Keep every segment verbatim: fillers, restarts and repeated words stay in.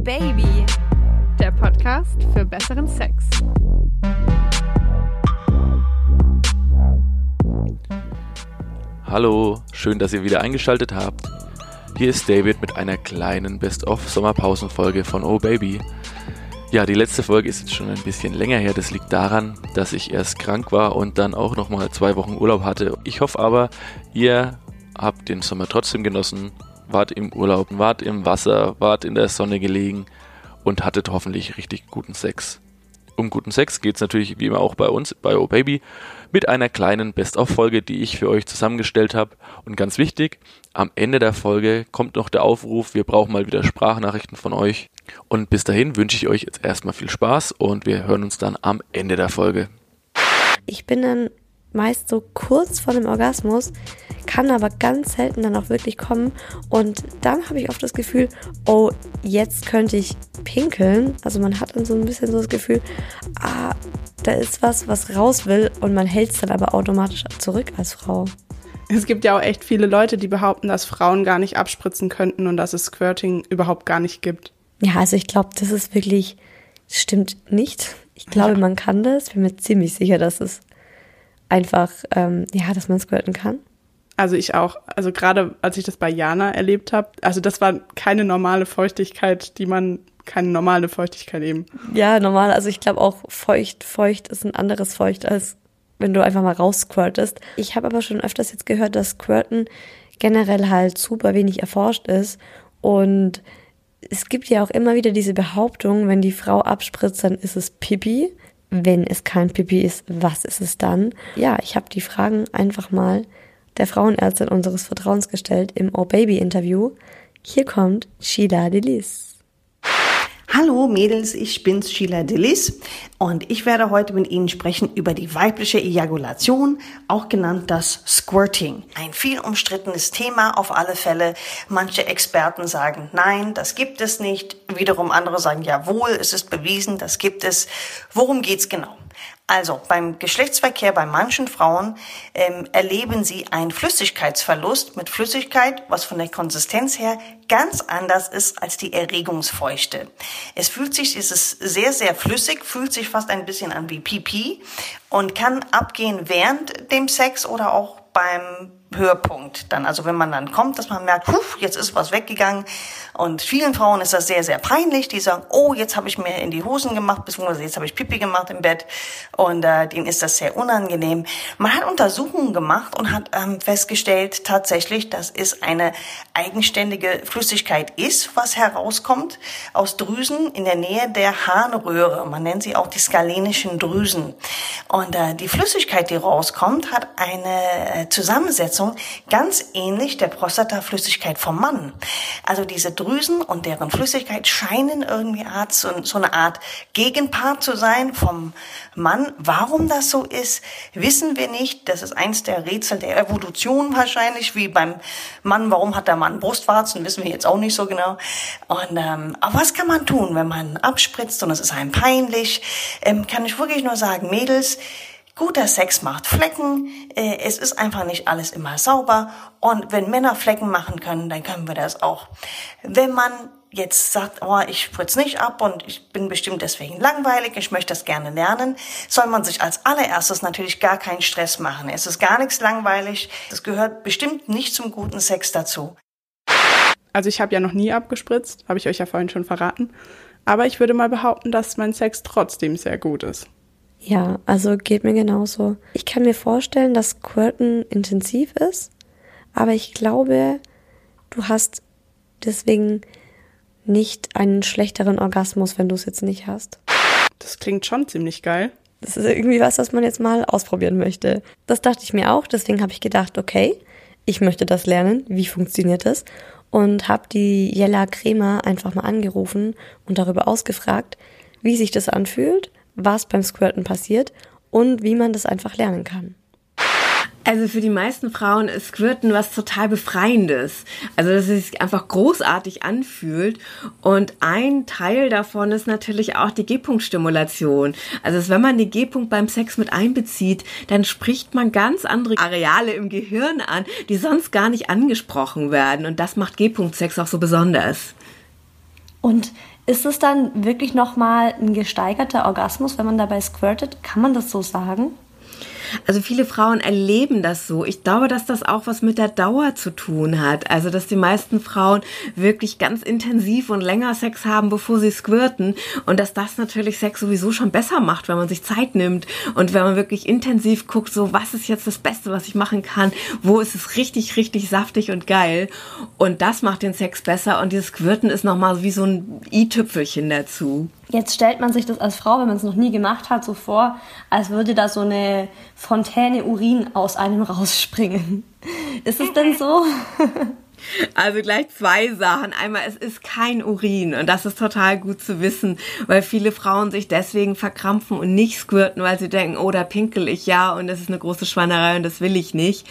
Baby, der Podcast für besseren Sex. Hallo, schön, dass ihr wieder eingeschaltet habt. Hier ist David mit einer kleinen Best-of-Sommerpausenfolge von Oh Baby. Ja, die letzte Folge ist jetzt schon ein bisschen länger her. Das liegt daran, dass ich erst krank war und dann auch nochmal zwei Wochen Urlaub hatte. Ich hoffe aber, ihr habt den Sommer trotzdem genossen, wart im Urlaub, wart im Wasser, wart in der Sonne gelegen und hattet hoffentlich richtig guten Sex. Um guten Sex geht es natürlich wie immer auch bei uns, bei Oh Baby, mit einer kleinen Best-of-Folge, die ich für euch zusammengestellt habe. Und ganz wichtig, am Ende der Folge kommt noch der Aufruf, wir brauchen mal wieder Sprachnachrichten von euch. Und bis dahin wünsche ich euch jetzt erstmal viel Spaß und wir hören uns dann am Ende der Folge. Ich bin dann meist so kurz vor dem Orgasmus, kann aber ganz selten dann auch wirklich kommen und dann habe ich oft das Gefühl, oh, jetzt könnte ich pinkeln. Also man hat dann so ein bisschen so das Gefühl, ah, da ist was, was raus will und man hält es dann aber automatisch zurück als Frau. Es gibt ja auch echt viele Leute, die behaupten, dass Frauen gar nicht abspritzen könnten und dass es Squirting überhaupt gar nicht gibt. Ja, also ich glaube, das ist wirklich, das stimmt nicht. Ich glaube, ja. Man kann das. Ich bin mir ziemlich sicher, dass es einfach, ähm, ja, dass man squirten kann. Also ich auch. Also gerade als ich das bei Jana erlebt habe, also das war keine normale Feuchtigkeit, die man, keine normale Feuchtigkeit eben. Ja, normal. Also ich glaube auch feucht, feucht ist ein anderes Feucht, als wenn du einfach mal raussquirtest. Ich habe aber schon öfters jetzt gehört, dass Squirten generell halt super wenig erforscht ist und es gibt ja auch immer wieder diese Behauptung, wenn die Frau abspritzt, dann ist es Pipi. Wenn es kein Pipi ist, was ist es dann? Ja, ich habe die Fragen einfach mal der Frauenärztin unseres Vertrauens gestellt im Oh Baby Interview. Hier kommt Sheila Delis. Hallo Mädels, ich bin's Sheila Delis und ich werde heute mit Ihnen sprechen über die weibliche Ejakulation, auch genannt das Squirting. Ein viel umstrittenes Thema auf alle Fälle. Manche Experten sagen, nein, das gibt es nicht. Wiederum andere sagen, jawohl, es ist bewiesen, das gibt es. Worum geht's genau? Also beim Geschlechtsverkehr bei manchen Frauen ähm, erleben sie einen Flüssigkeitsverlust mit Flüssigkeit, was von der Konsistenz her ganz anders ist als die Erregungsfeuchte. Es fühlt sich, es ist sehr, sehr flüssig, fühlt sich fast ein bisschen an wie Pipi und kann abgehen während dem Sex oder auch beim Höhepunkt dann, also wenn man dann kommt, dass man merkt, puh, jetzt ist was weggegangen und vielen Frauen ist das sehr, sehr peinlich, die sagen, oh, jetzt habe ich mir in die Hosen gemacht, beziehungsweise jetzt habe ich Pipi gemacht im Bett und äh, denen ist das sehr unangenehm. Man hat Untersuchungen gemacht und hat ähm, festgestellt tatsächlich, dass es eine eigenständige Flüssigkeit ist, was herauskommt aus Drüsen in der Nähe der Harnröhre. Man nennt sie auch die skalenischen Drüsen. Und äh, die Flüssigkeit, die rauskommt, hat eine äh, Zusammensetzung ganz ähnlich der Prostataflüssigkeit vom Mann. Also diese Drüsen und deren Flüssigkeit scheinen irgendwie Art, so, so eine Art Gegenpart zu sein vom Mann. Warum das so ist, wissen wir nicht. Das ist eins der Rätsel der Evolution wahrscheinlich, wie beim Mann. Warum hat der Mann Brustwarzen, wissen wir jetzt auch nicht so genau. Und ähm, aber was kann man tun, wenn man abspritzt und es ist einem peinlich? Ähm, kann ich wirklich nur sagen, Mädels, guter Sex macht Flecken, äh, es ist einfach nicht alles immer sauber und wenn Männer Flecken machen können, dann können wir das auch. Wenn man jetzt sagt, oh, ich spritze nicht ab und ich bin bestimmt deswegen langweilig, ich möchte das gerne lernen, soll man sich als allererstes natürlich gar keinen Stress machen. Es ist gar nichts langweilig, das gehört bestimmt nicht zum guten Sex dazu. Also ich habe ja noch nie abgespritzt, habe ich euch ja vorhin schon verraten, aber ich würde mal behaupten, dass mein Sex trotzdem sehr gut ist. Ja, also geht mir genauso. Ich kann mir vorstellen, dass Squirten intensiv ist, aber ich glaube, du hast deswegen nicht einen schlechteren Orgasmus, wenn du es jetzt nicht hast. Das klingt schon ziemlich geil. Das ist irgendwie was, was man jetzt mal ausprobieren möchte. Das dachte ich mir auch, deswegen habe ich gedacht, okay, ich möchte das lernen, wie funktioniert das? Und habe die Jella Kremer einfach mal angerufen und darüber ausgefragt, wie sich das anfühlt, was beim Squirten passiert und wie man das einfach lernen kann. Also für die meisten Frauen ist Squirten was total Befreiendes. Also dass es sich einfach großartig anfühlt. Und ein Teil davon ist natürlich auch die G-Punkt-Stimulation. Also wenn man den G-Punkt beim Sex mit einbezieht, dann spricht man ganz andere Areale im Gehirn an, die sonst gar nicht angesprochen werden. Und das macht G-Punkt-Sex auch so besonders. Und ist es dann wirklich nochmal ein gesteigerter Orgasmus, wenn man dabei squirtet? Kann man das so sagen? Also viele Frauen erleben das so. Ich glaube, dass das auch was mit der Dauer zu tun hat. Also, dass die meisten Frauen wirklich ganz intensiv und länger Sex haben, bevor sie squirten. Und dass das natürlich Sex sowieso schon besser macht, wenn man sich Zeit nimmt. Und wenn man wirklich intensiv guckt, so, was ist jetzt das Beste, was ich machen kann? Wo ist es richtig, richtig saftig und geil? Und das macht den Sex besser. Und dieses Squirten ist nochmal wie so ein i-Tüpfelchen dazu. Jetzt stellt man sich das als Frau, wenn man es noch nie gemacht hat, so vor, als würde da so eine Fontäne Urin aus einem rausspringen. Ist es denn so? Also gleich zwei Sachen. Einmal, es ist kein Urin und das ist total gut zu wissen, weil viele Frauen sich deswegen verkrampfen und nicht squirten, weil sie denken, oh, da pinkel ich ja und das ist eine große Schweinerei und das will ich nicht.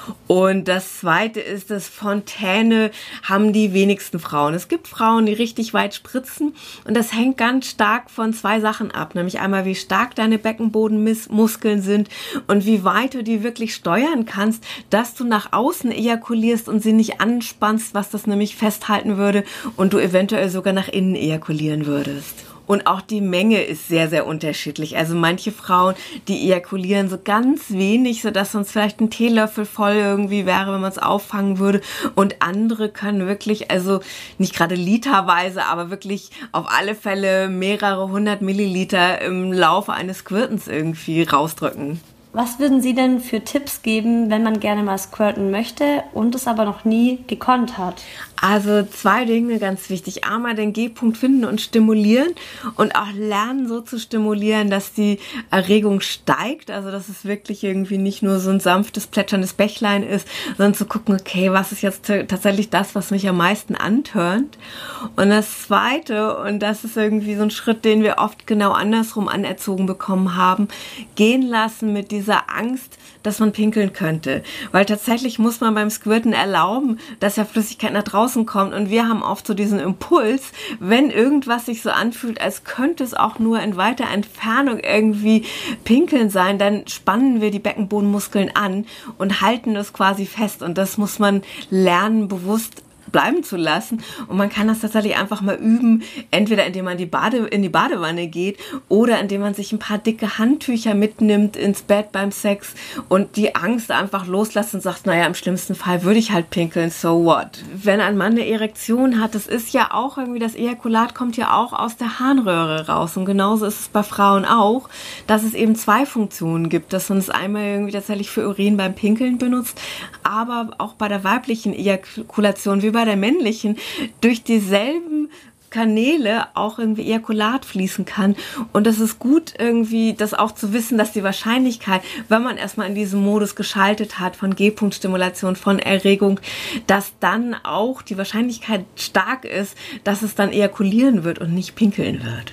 Und das Zweite ist, dass Fontäne haben die wenigsten Frauen. Es gibt Frauen, die richtig weit spritzen und das hängt ganz stark von zwei Sachen ab. Nämlich einmal, wie stark deine Beckenbodenmuskeln sind und wie weit du die wirklich steuern kannst, dass du nach außen ejakulierst und sie nicht anspannst, was das nämlich festhalten würde und du eventuell sogar nach innen ejakulieren würdest. Und auch die Menge ist sehr, sehr unterschiedlich. Also manche Frauen, die ejakulieren so ganz wenig, sodass sonst vielleicht ein Teelöffel voll irgendwie wäre, wenn man es auffangen würde. Und andere können wirklich, also nicht gerade literweise, aber wirklich auf alle Fälle mehrere hundert Milliliter im Laufe eines Squirtens irgendwie rausdrücken. Was würden Sie denn für Tipps geben, wenn man gerne mal squirten möchte und es aber noch nie gekonnt hat? Also zwei Dinge ganz wichtig. Einmal den G-Punkt finden und stimulieren und auch lernen, so zu stimulieren, dass die Erregung steigt. Also dass es wirklich irgendwie nicht nur so ein sanftes, plätscherndes Bächlein ist, sondern zu gucken, okay, was ist jetzt t- tatsächlich das, was mich am meisten antörnt. Und das Zweite, und das ist irgendwie so ein Schritt, den wir oft genau andersrum anerzogen bekommen haben, gehen lassen mit dieser Angst, dass man pinkeln könnte. Weil tatsächlich muss man beim Squirten erlauben, dass ja Flüssigkeit nach draußen kommt und wir haben oft so diesen Impuls, wenn irgendwas sich so anfühlt, als könnte es auch nur in weiter Entfernung irgendwie pinkeln sein, dann spannen wir die Beckenbodenmuskeln an und halten das quasi fest und das muss man lernen, bewusst bleiben zu lassen und man kann das tatsächlich einfach mal üben, entweder indem man die Bade, in die Badewanne geht oder indem man sich ein paar dicke Handtücher mitnimmt ins Bett beim Sex und die Angst einfach loslässt und sagt, naja, im schlimmsten Fall würde ich halt pinkeln, so what? Wenn ein Mann eine Erektion hat, das ist ja auch irgendwie, das Ejakulat kommt ja auch aus der Harnröhre raus und genauso ist es bei Frauen auch, dass es eben zwei Funktionen gibt, dass man es einmal irgendwie tatsächlich für Urin beim Pinkeln benutzt, aber auch bei der weiblichen Ejakulation wie bei der männlichen durch dieselben Kanäle auch irgendwie Ejakulat fließen kann. Und das ist gut irgendwie, das auch zu wissen, dass die Wahrscheinlichkeit, wenn man erstmal in diesem Modus geschaltet hat von G-Punkt-Stimulation, von Erregung, dass dann auch die Wahrscheinlichkeit stark ist, dass es dann ejakulieren wird und nicht pinkeln wird.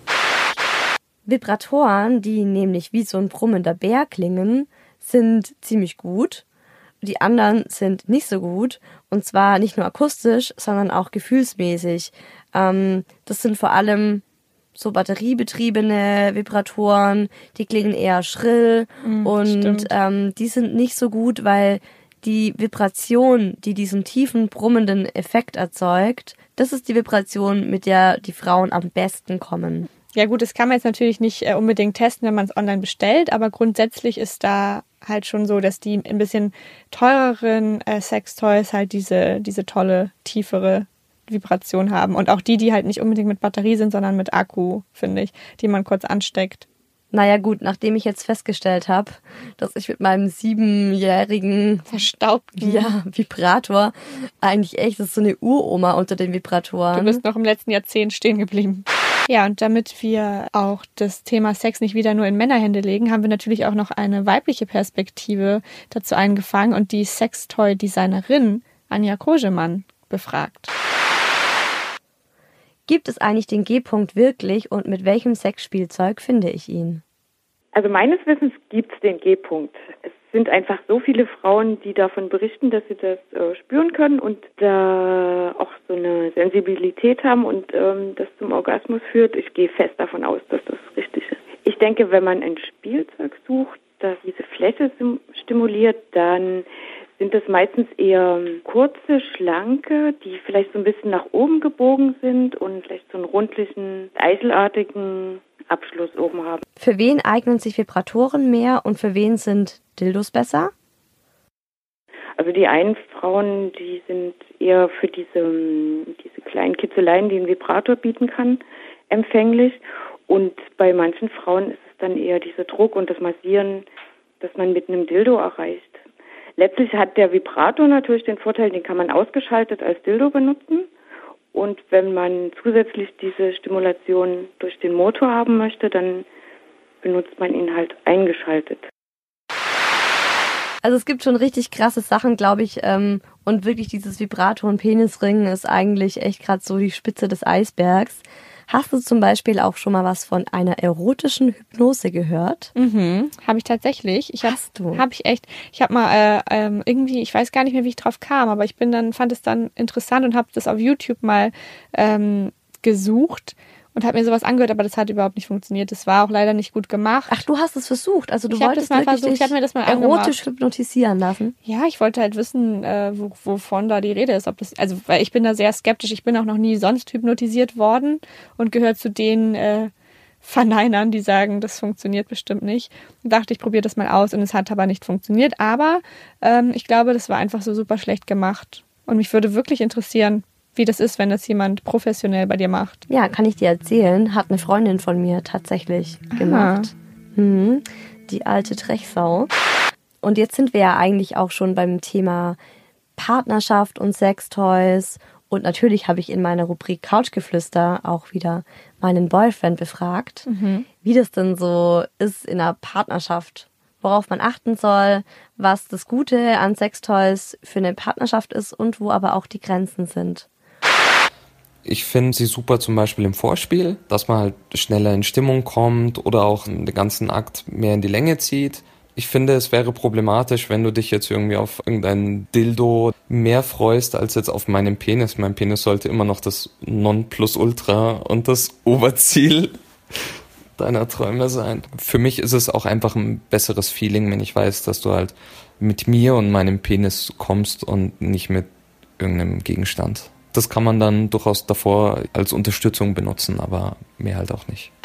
Vibratoren, die nämlich wie so ein brummender Bär klingen, sind ziemlich gut. Die anderen sind nicht so gut und zwar nicht nur akustisch, sondern auch gefühlsmäßig. Ähm, das sind vor allem so batteriebetriebene Vibratoren, die klingen eher schrill mm, und ähm, die sind nicht so gut, weil die Vibration, die diesen tiefen, brummenden Effekt erzeugt, das ist die Vibration, mit der die Frauen am besten kommen. Ja gut, das kann man jetzt natürlich nicht äh, unbedingt testen, wenn man es online bestellt, aber grundsätzlich ist da halt schon so, dass die ein bisschen teureren äh, Sextoys halt diese, diese tolle, tiefere Vibration haben. Und auch die, die halt nicht unbedingt mit Batterie sind, sondern mit Akku, finde ich, die man kurz ansteckt. Naja gut, nachdem ich jetzt festgestellt habe, dass ich mit meinem siebenjährigen verstaubten ja, Vibrator eigentlich echt, das ist so eine Uroma unter den Vibratoren. Du bist noch im letzten Jahrzehnt stehen geblieben. Ja, und damit wir auch das Thema Sex nicht wieder nur in Männerhände legen, haben wir natürlich auch noch eine weibliche Perspektive dazu eingefangen und die Sextoy-Designerin Anja Koschemann befragt. Gibt es eigentlich den G-Punkt wirklich und mit welchem Sexspielzeug finde ich ihn? Also meines Wissens gibt es den G-Punkt. Es sind einfach so viele Frauen, die davon berichten, dass sie das äh, spüren können und da auch so eine Sensibilität haben und ähm, das zum Orgasmus führt. Ich gehe fest davon aus, dass das richtig ist. Ich denke, wenn man ein Spielzeug sucht, das diese Fläche stimuliert, dann sind das meistens eher kurze, schlanke, die vielleicht so ein bisschen nach oben gebogen sind und vielleicht so einen rundlichen, eichelartigen Abschluss oben haben. Für wen eignen sich Vibratoren mehr und für wen sind Dildos besser? Also die einen Frauen, die sind eher für diese, diese kleinen Kitzeleien, die ein Vibrator bieten kann, empfänglich. Und bei manchen Frauen ist es dann eher dieser Druck und das Massieren, das man mit einem Dildo erreicht. Letztlich hat der Vibrator natürlich den Vorteil, den kann man ausgeschaltet als Dildo benutzen. Und wenn man zusätzlich diese Stimulation durch den Motor haben möchte, dann benutzt man ihn halt eingeschaltet. Also es gibt schon richtig krasse Sachen, glaube ich. Ähm, und wirklich dieses Vibrator- und Penisring ist eigentlich echt gerade so die Spitze des Eisbergs. Hast du zum Beispiel auch schon mal was von einer erotischen Hypnose gehört? Mhm, habe ich tatsächlich. Ich hab, Hast du? Habe ich echt. Ich habe mal äh, ähm, irgendwie, ich weiß gar nicht mehr, wie ich drauf kam, aber ich bin dann, fand es dann interessant und habe das auf YouTube mal ähm, gesucht und habe mir sowas angehört, aber das hat überhaupt nicht funktioniert. Das war auch leider nicht gut gemacht. Ach, du hast es versucht. Also du ich wolltest das mal wirklich versucht. Ich habe mir das mal erotisch angemacht. hypnotisieren lassen. Ja, ich wollte halt wissen, äh, wo, wovon da die Rede ist. Ob das, also, weil ich bin da sehr skeptisch. Ich bin auch noch nie sonst hypnotisiert worden und gehöre zu den äh, Verneinern, die sagen, das funktioniert bestimmt nicht. Und dachte, ich probiere das mal aus und es hat aber nicht funktioniert. Aber ähm, ich glaube, das war einfach so super schlecht gemacht. Und mich würde wirklich interessieren, wie das ist, wenn das jemand professionell bei dir macht. Ja, kann ich dir erzählen. Hat eine Freundin von mir tatsächlich gemacht. Mhm. Die alte Trechsau. Und jetzt sind wir ja eigentlich auch schon beim Thema Partnerschaft und Sextoys. Und natürlich habe ich in meiner Rubrik Couchgeflüster auch wieder meinen Boyfriend befragt, mhm. wie das denn so ist in einer Partnerschaft. Worauf man achten soll, was das Gute an Sextoys für eine Partnerschaft ist und wo aber auch die Grenzen sind. Ich finde sie super zum Beispiel im Vorspiel, dass man halt schneller in Stimmung kommt oder auch den ganzen Akt mehr in die Länge zieht. Ich finde, es wäre problematisch, wenn du dich jetzt irgendwie auf irgendein Dildo mehr freust, als jetzt auf meinen Penis. Mein Penis sollte immer noch das Nonplusultra und das Oberziel deiner Träume sein. Für mich ist es auch einfach ein besseres Feeling, wenn ich weiß, dass du halt mit mir und meinem Penis kommst und nicht mit irgendeinem Gegenstand. Das kann man dann durchaus davor als Unterstützung benutzen, aber mehr halt auch nicht.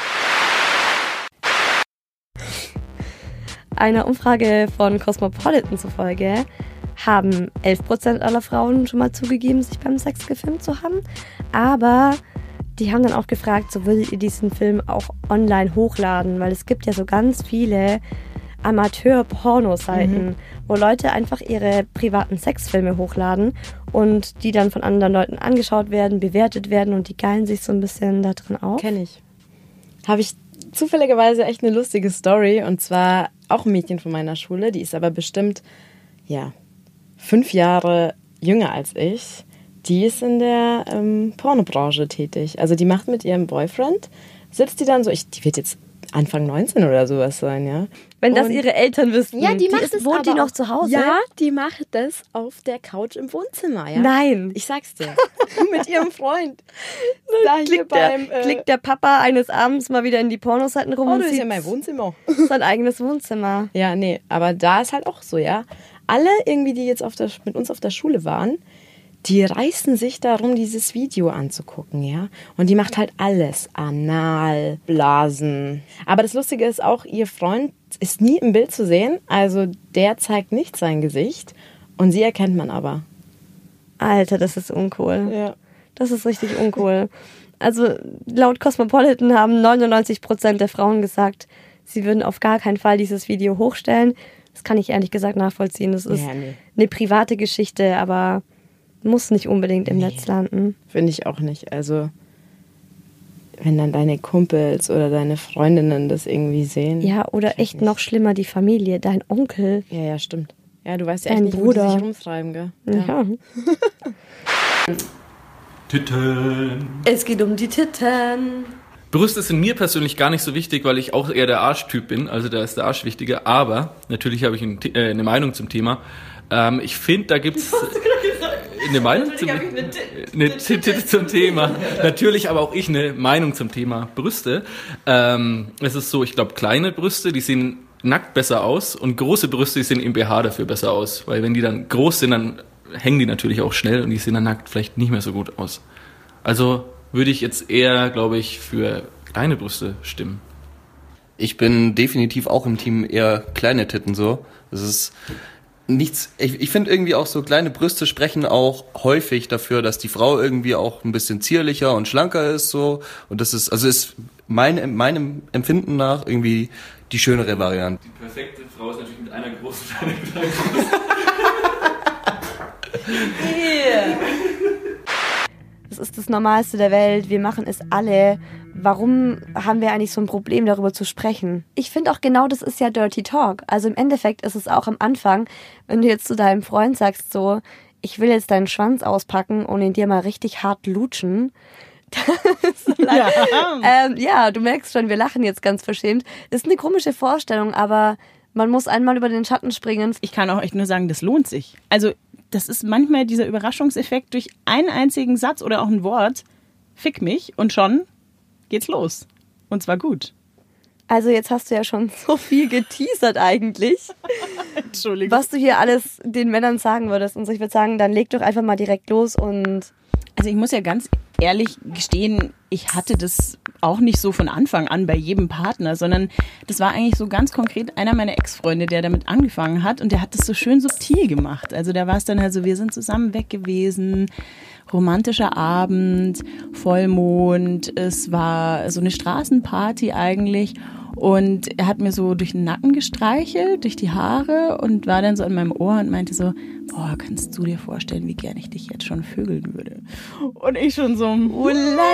Einer Umfrage von Cosmopolitan zufolge haben elf Prozent aller Frauen schon mal zugegeben, sich beim Sex gefilmt zu haben. Aber die haben dann auch gefragt, so würdet ihr diesen Film auch online hochladen? Weil es gibt ja so ganz viele Amateur-Porno-Seiten, mhm. wo Leute einfach ihre privaten Sexfilme hochladen und die dann von anderen Leuten angeschaut werden, bewertet werden und die geilen sich so ein bisschen da drin auf. Kenn ich. Habe ich zufälligerweise echt eine lustige Story und zwar auch ein Mädchen von meiner Schule, die ist aber bestimmt, ja, fünf Jahre jünger als ich. Die ist in der ähm, Pornobranche tätig. Also die macht mit ihrem Boyfriend, sitzt die dann so, ich, die wird jetzt Anfang neunzehn oder sowas sein, ja. Wenn das und ihre Eltern wissen. Ja, die, die macht ist, es wohnt aber die noch auch, zu Hause? Ja, die macht das auf der Couch im Wohnzimmer, ja. Nein. Ich sag's dir. Mit ihrem Freund. Da hier klickt, beim, der, äh, klickt der Papa eines Abends mal wieder in die Pornoseiten rum oh, und das ist sieht ja mein Wohnzimmer. sein eigenes Wohnzimmer. Ja, nee, aber da ist halt auch so, ja. Alle irgendwie, die jetzt auf der, mit uns auf der Schule waren, die reißen sich darum, dieses Video anzugucken, ja. Und die macht halt alles. Anal, Blasen. Aber das Lustige ist auch, ihr Freund ist nie im Bild zu sehen. Also der zeigt nicht sein Gesicht. Und sie erkennt man aber. Alter, das ist uncool. Ja. Das ist richtig uncool. Also laut Cosmopolitan haben neunundneunzig Prozent der Frauen gesagt, sie würden auf gar keinen Fall dieses Video hochstellen. Das kann ich ehrlich gesagt nachvollziehen. Das ist Ja, nee. eine private Geschichte, aber muss nicht unbedingt im Nee. Netz landen. Finde ich auch nicht. Also wenn dann deine Kumpels oder deine Freundinnen das irgendwie sehen. Ja, oder ich weiß echt nicht. noch schlimmer, die Familie, dein Onkel. Ja, ja, stimmt. Ja, du weißt ja echt Dein nicht, Bruder. wo die sich rumtreiben, gell? Ja. Titten. Es geht um die Titten. Brüste sind mir persönlich gar nicht so wichtig, weil ich auch eher der Arschtyp bin. Also da ist der Arsch wichtiger. Aber natürlich habe ich ein, äh, eine Meinung zum Thema. Ähm, ich finde, da gibt's eine Meinung zum, eine Titte zum Thema. Natürlich aber auch ich eine Meinung zum Thema Brüste. Ähm, es ist so, ich glaube, kleine Brüste, die sehen nackt besser aus und große Brüste sehen im B H dafür besser aus. Weil wenn die dann groß sind, dann hängen die natürlich auch schnell und die sehen dann nackt vielleicht nicht mehr so gut aus. Also würde ich jetzt eher, glaube ich, für kleine Brüste stimmen. Ich bin definitiv auch im Team eher kleine Titten so. Das ist nichts, ich, ich finde irgendwie auch so kleine Brüste sprechen auch häufig dafür, dass die Frau irgendwie auch ein bisschen zierlicher und schlanker ist so. Und das ist, also ist mein, meinem Empfinden nach irgendwie die schönere Variante. Die perfekte Frau ist natürlich mit einer großen und einer kleinen Brust. Das ist das Normalste der Welt. Wir machen es alle. Warum haben wir eigentlich so ein Problem, darüber zu sprechen? Ich finde auch genau, das ist ja Dirty Talk. Also im Endeffekt ist es auch am Anfang, wenn du jetzt zu deinem Freund sagst so, ich will jetzt deinen Schwanz auspacken und ihn dir mal richtig hart lutschen. ja. Ähm, ja, du merkst schon, wir lachen jetzt ganz verschämt. Ist eine komische Vorstellung, aber man muss einmal über den Schatten springen. Ich kann auch echt nur sagen, das lohnt sich. Also das ist manchmal dieser Überraschungseffekt durch einen einzigen Satz oder auch ein Wort. Fick mich und schon geht's los. Und zwar gut. Also jetzt hast du ja schon so viel geteasert eigentlich. Entschuldigung. Was du hier alles den Männern sagen würdest. Und so, ich würde sagen, dann leg doch einfach mal direkt los und... Also ich muss ja ganz ehrlich gestehen, ich hatte das auch nicht so von Anfang an bei jedem Partner, sondern das war eigentlich so ganz konkret einer meiner Ex-Freunde, der damit angefangen hat und der hat das so schön subtil gemacht. Also da war es dann halt so, wir sind zusammen weg gewesen, romantischer Abend, Vollmond, es war so eine Straßenparty eigentlich und er hat mir so durch den Nacken gestreichelt, durch die Haare und war dann so an meinem Ohr und meinte so, boah, kannst du dir vorstellen, wie gern ich dich jetzt schon vögeln würde? Und ich schon so, oh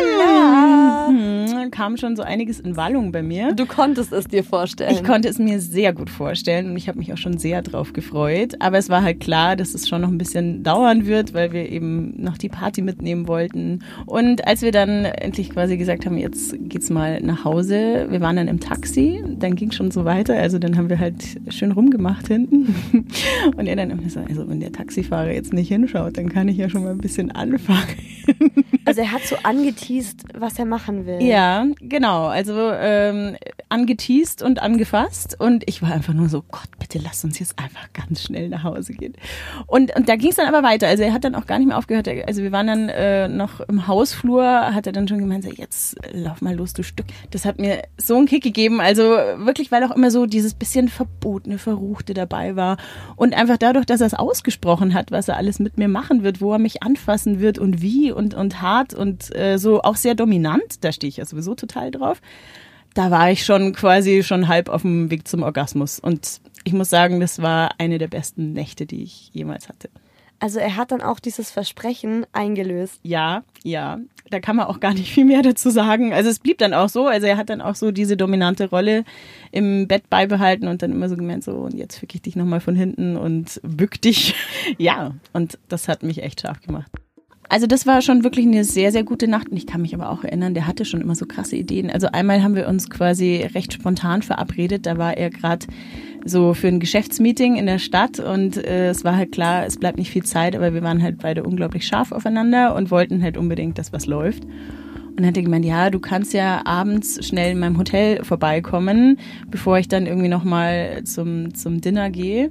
lala, hm, kam schon so einiges in Wallung bei mir. Du konntest es dir vorstellen. Ich konnte es mir sehr gut vorstellen und ich habe mich auch schon sehr drauf gefreut. Aber es war halt klar, dass es schon noch ein bisschen dauern wird, weil wir eben noch die Party mitnehmen wollten. Und als wir dann endlich quasi gesagt haben, jetzt geht's mal nach Hause, wir waren dann im Taxi, dann ging schon so weiter. Also dann haben wir halt schön rumgemacht hinten. Und er dann immer so, also wenn der Taxifahrer jetzt nicht hinschaut, dann kann ich ja schon mal ein bisschen anfangen. Also er hat so angeteast, was er machen will. Ja, genau. Also ähm, angeteast und angefasst. Und ich war einfach nur so, Gott, bitte lass uns jetzt einfach ganz schnell nach Hause gehen. Und, und da ging es dann aber weiter. Also er hat dann auch gar nicht mehr aufgehört. Also wir waren dann äh, noch im Hausflur, hat er dann schon gemeint, so, jetzt lauf mal los, du Stück. Das hat mir so einen Kick gegeben. Also wirklich, weil auch immer so dieses bisschen Verbotene, Verruchte dabei war. Und einfach dadurch, dass er es ausgesprochen hat, was er alles mit mir machen wird, wo er mich anfassen wird und wie und, und hart und äh, so auch sehr dominant, da stehe ich ja sowieso total drauf. Da war ich schon quasi schon halb auf dem Weg zum Orgasmus. Und ich muss sagen, das war eine der besten Nächte, die ich jemals hatte. Also er hat dann auch dieses Versprechen eingelöst. Ja, ja. Da kann man auch gar nicht viel mehr dazu sagen. Also es blieb dann auch so. Also er hat dann auch so diese dominante Rolle im Bett beibehalten und dann immer so gemeint, so und jetzt fick ich dich nochmal von hinten und bück dich. Ja, und das hat mich echt scharf gemacht. Also das war schon wirklich eine sehr, sehr gute Nacht. Und ich kann mich aber auch erinnern, der hatte schon immer so krasse Ideen. Also einmal haben wir uns quasi recht spontan verabredet. Da war er gerade so für ein Geschäftsmeeting in der Stadt und äh, es war halt klar, es bleibt nicht viel Zeit, aber wir waren halt beide unglaublich scharf aufeinander und wollten halt unbedingt, dass was läuft. Und dann hat er gemeint, ja, du kannst ja abends schnell in meinem Hotel vorbeikommen, bevor ich dann irgendwie nochmal zum, zum Dinner gehe.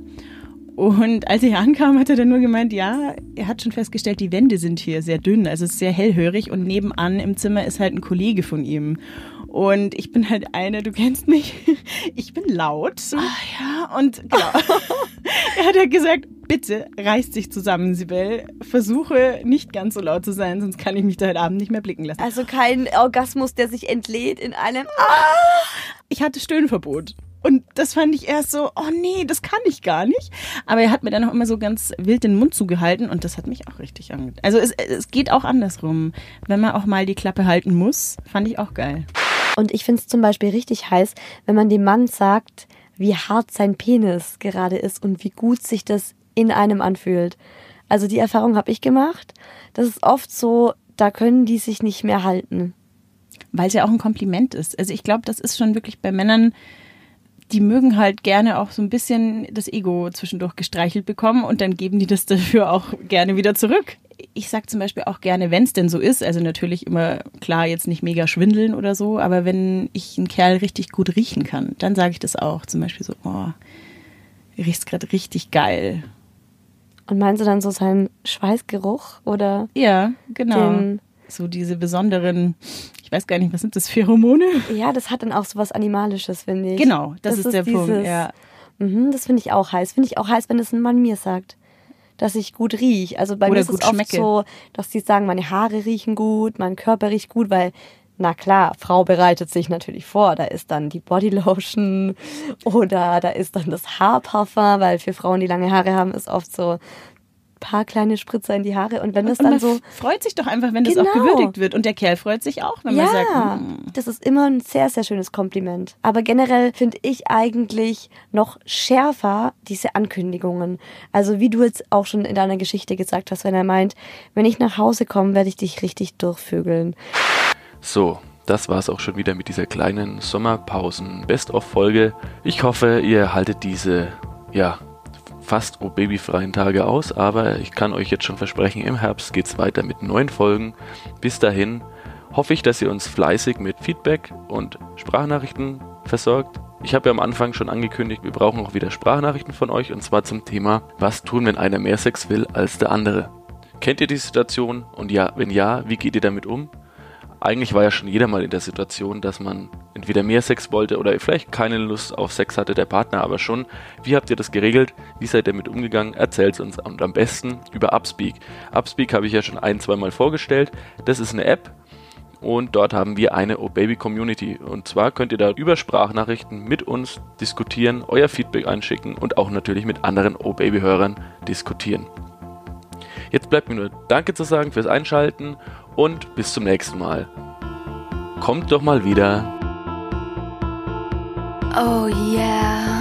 Und als ich ankam, hat er dann nur gemeint, ja, er hat schon festgestellt, die Wände sind hier sehr dünn, also es ist sehr hellhörig und nebenan im Zimmer ist halt ein Kollege von ihm. Und ich bin halt eine, du kennst mich, ich bin laut. Ah ja, und genau. Er hat ja gesagt, bitte reiß dich zusammen, Sibel, versuche nicht ganz so laut zu sein, sonst kann ich mich da heute Abend nicht mehr blicken lassen. Also kein Orgasmus, der sich entlädt in einem Ah! Ich hatte Stöhnverbot. Und das fand ich erst so, oh nee, das kann ich gar nicht. Aber er hat mir dann auch immer so ganz wild den Mund zugehalten und das hat mich auch richtig angetan. Also es, es geht auch andersrum. Wenn man auch mal die Klappe halten muss, fand ich auch geil. Und ich finde es zum Beispiel richtig heiß, wenn man dem Mann sagt, wie hart sein Penis gerade ist und wie gut sich das in einem anfühlt. Also die Erfahrung habe ich gemacht. Das ist oft so, da können die sich nicht mehr halten. Weil es ja auch ein Kompliment ist. Also ich glaube, das ist schon wirklich bei Männern, die mögen halt gerne auch so ein bisschen das Ego zwischendurch gestreichelt bekommen und dann geben die das dafür auch gerne wieder zurück. ich sag zum Beispiel auch gerne, wenn es denn so ist, also natürlich immer, klar, jetzt nicht mega schwindeln oder so, aber wenn ich einen Kerl richtig gut riechen kann, dann sage ich das auch. Zum Beispiel so, oh, du riechst gerade richtig geil. Und meinst du dann so seinen Schweißgeruch oder? Ja, genau. Den, so diese besonderen, ich weiß gar nicht, was sind das, Pheromone? Ja, das hat dann auch so was Animalisches, finde ich. Genau, das, das ist, ist der dieses, Punkt, ja. Mh, das finde ich auch heiß. Finde ich auch heiß, wenn es ein Mann mir sagt, dass ich gut rieche. Also bei Oder mir ist gut es oft schmecke. so, dass die sagen, meine Haare riechen gut, mein Körper riecht gut, weil, na klar, Frau bereitet sich natürlich vor. Da ist dann die Bodylotion oder da ist dann das Haarparfum, weil für Frauen, die lange Haare haben, ist oft so ein paar kleine Spritzer in die Haare. Und wenn das und dann man so... freut sich doch einfach, wenn das Genau. auch gewürdigt wird. Und der Kerl freut sich auch, wenn ja, man sagt, mm. das ist immer ein sehr, sehr schönes Kompliment. Aber generell finde ich eigentlich noch schärfer diese Ankündigungen. Also wie du jetzt auch schon in deiner Geschichte gesagt hast, wenn er meint, wenn ich nach Hause komme, werde ich dich richtig durchvögeln. So, das war's auch schon wieder mit dieser kleinen Sommerpausen-Best-of-Folge. Ich hoffe, ihr haltet diese, ja, fast oh-babyfreien Tage aus, aber ich kann euch jetzt schon versprechen, im Herbst geht's weiter mit neuen Folgen. Bis dahin hoffe ich, dass ihr uns fleißig mit Feedback und Sprachnachrichten versorgt. Ich habe ja am Anfang schon angekündigt, wir brauchen auch wieder Sprachnachrichten von euch, und zwar zum Thema, was tun, wenn einer mehr Sex will als der andere. Kennt ihr die Situation? Und ja, wenn ja, wie geht ihr damit um? Eigentlich war ja schon jeder mal in der Situation, dass man entweder mehr Sex wollte oder vielleicht keine Lust auf Sex hatte, der Partner aber schon. Wie habt ihr das geregelt? Wie seid ihr damit umgegangen? Erzählt uns, und am besten über Upspeak. Upspeak habe ich ja schon ein-, zweimal vorgestellt. Das ist eine App und dort haben wir eine Oh-Baby-Community. Und zwar könnt ihr da über Sprachnachrichten mit uns diskutieren, euer Feedback einschicken und auch natürlich mit anderen Oh-Baby-Hörern diskutieren. Jetzt bleibt mir nur Danke zu sagen fürs Einschalten und bis zum nächsten Mal. Kommt doch mal wieder. Oh yeah.